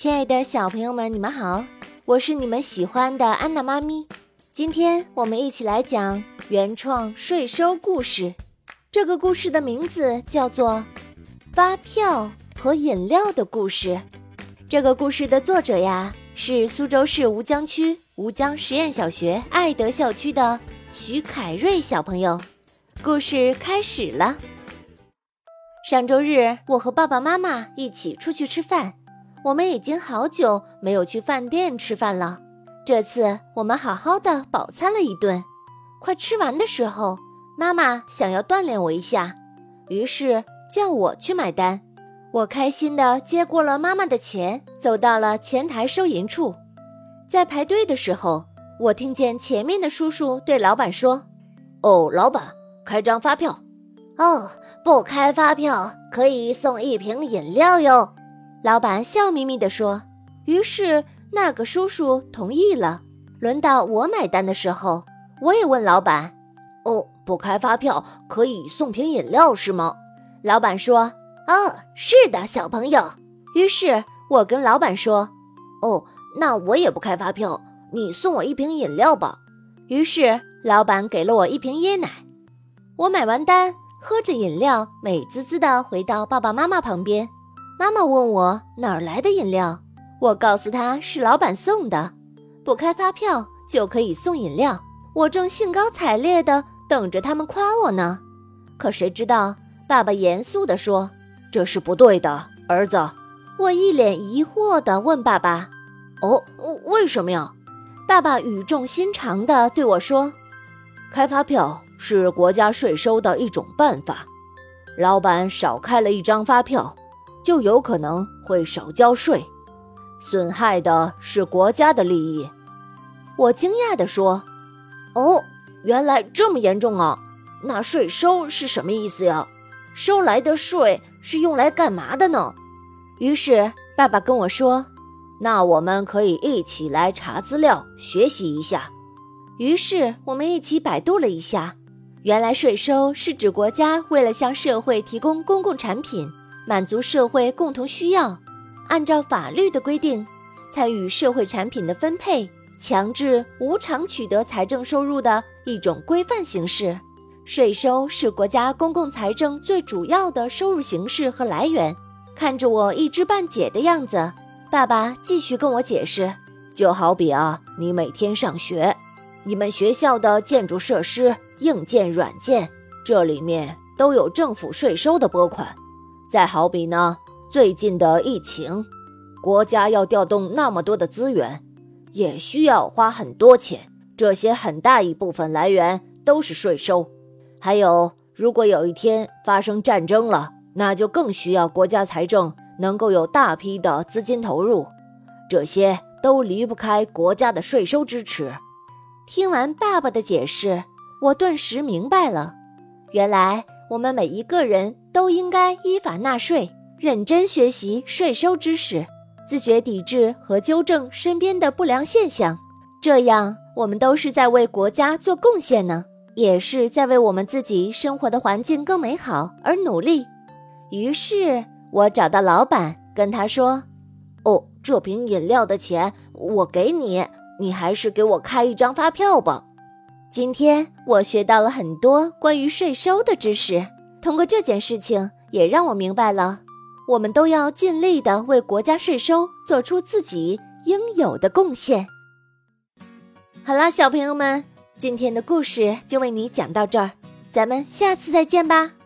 亲爱的小朋友们，你们好，我是你们喜欢的安娜妈咪。今天我们一起来讲原创税收故事。这个故事的名字叫做发票和饮料的故事。这个故事的作者呀，是苏州市吴江区吴江实验小学爱德校区的徐凯瑞小朋友。故事开始了。上周日，我和爸爸妈妈一起出去吃饭，我们已经好久没有去饭店吃饭了。这次我们好好的饱餐了一顿，快吃完的时候，妈妈想要锻炼我一下，于是叫我去买单。我开心地接过了妈妈的钱，走到了前台收银处。在排队的时候，我听见前面的叔叔对老板说：“哦，老板，开张发票。”“哦，不开发票可以送一瓶饮料哟。”老板笑眯眯地说。于是那个叔叔同意了。轮到我买单的时候，我也问老板：“哦，不开发票可以送瓶饮料是吗？”老板说：“哦，是的，小朋友。”于是我跟老板说：“哦，那我也不开发票，你送我一瓶饮料吧。”于是老板给了我一瓶椰奶。我买完单，喝着饮料，美滋滋地回到爸爸妈妈旁边。妈妈问我哪儿来的饮料，我告诉她是老板送的，不开发票就可以送饮料。我正兴高采烈地等着他们夸我呢，可谁知道爸爸严肃地说：“这是不对的，儿子。”我一脸疑惑地问爸爸：“哦，为什么呀？”爸爸语重心长地对我说：“开发票是国家税收的一种办法，老板少开了一张发票，就有可能会少交税，损害的是国家的利益。”我惊讶地说：“哦，原来这么严重啊！那税收是什么意思呀？收来的税是用来干嘛的呢？”于是爸爸跟我说：“那我们可以一起来查资料，学习一下。”于是我们一起百度了一下，原来税收是指国家为了向社会提供公共产品，满足社会共同需要，按照法律的规定，参与社会产品的分配，强制无偿取得财政收入的一种规范形式。税收是国家公共财政最主要的收入形式和来源。看着我一知半解的样子，爸爸继续跟我解释：“就好比你每天上学，你们学校的建筑设施、硬件、软件，这里面都有政府税收的拨款。再好比呢，最近的疫情，国家要调动那么多的资源，也需要花很多钱，这些很大一部分来源都是税收。还有，如果有一天发生战争了，那就更需要国家财政能够有大批的资金投入，这些都离不开国家的税收支持。”听完爸爸的解释，我顿时明白了，原来我们每一个人都应该依法纳税，认真学习税收知识，自觉抵制和纠正身边的不良现象，这样我们都是在为国家做贡献呢，也是在为我们自己生活的环境更美好而努力。于是我找到老板，跟他说：“哦，这瓶饮料的钱我给你，你还是给我开一张发票吧。”今天我学到了很多关于税收的知识，通过这件事情也让我明白了，我们都要尽力地为国家税收做出自己应有的贡献。好啦，小朋友们，今天的故事就为你讲到这儿，咱们下次再见吧。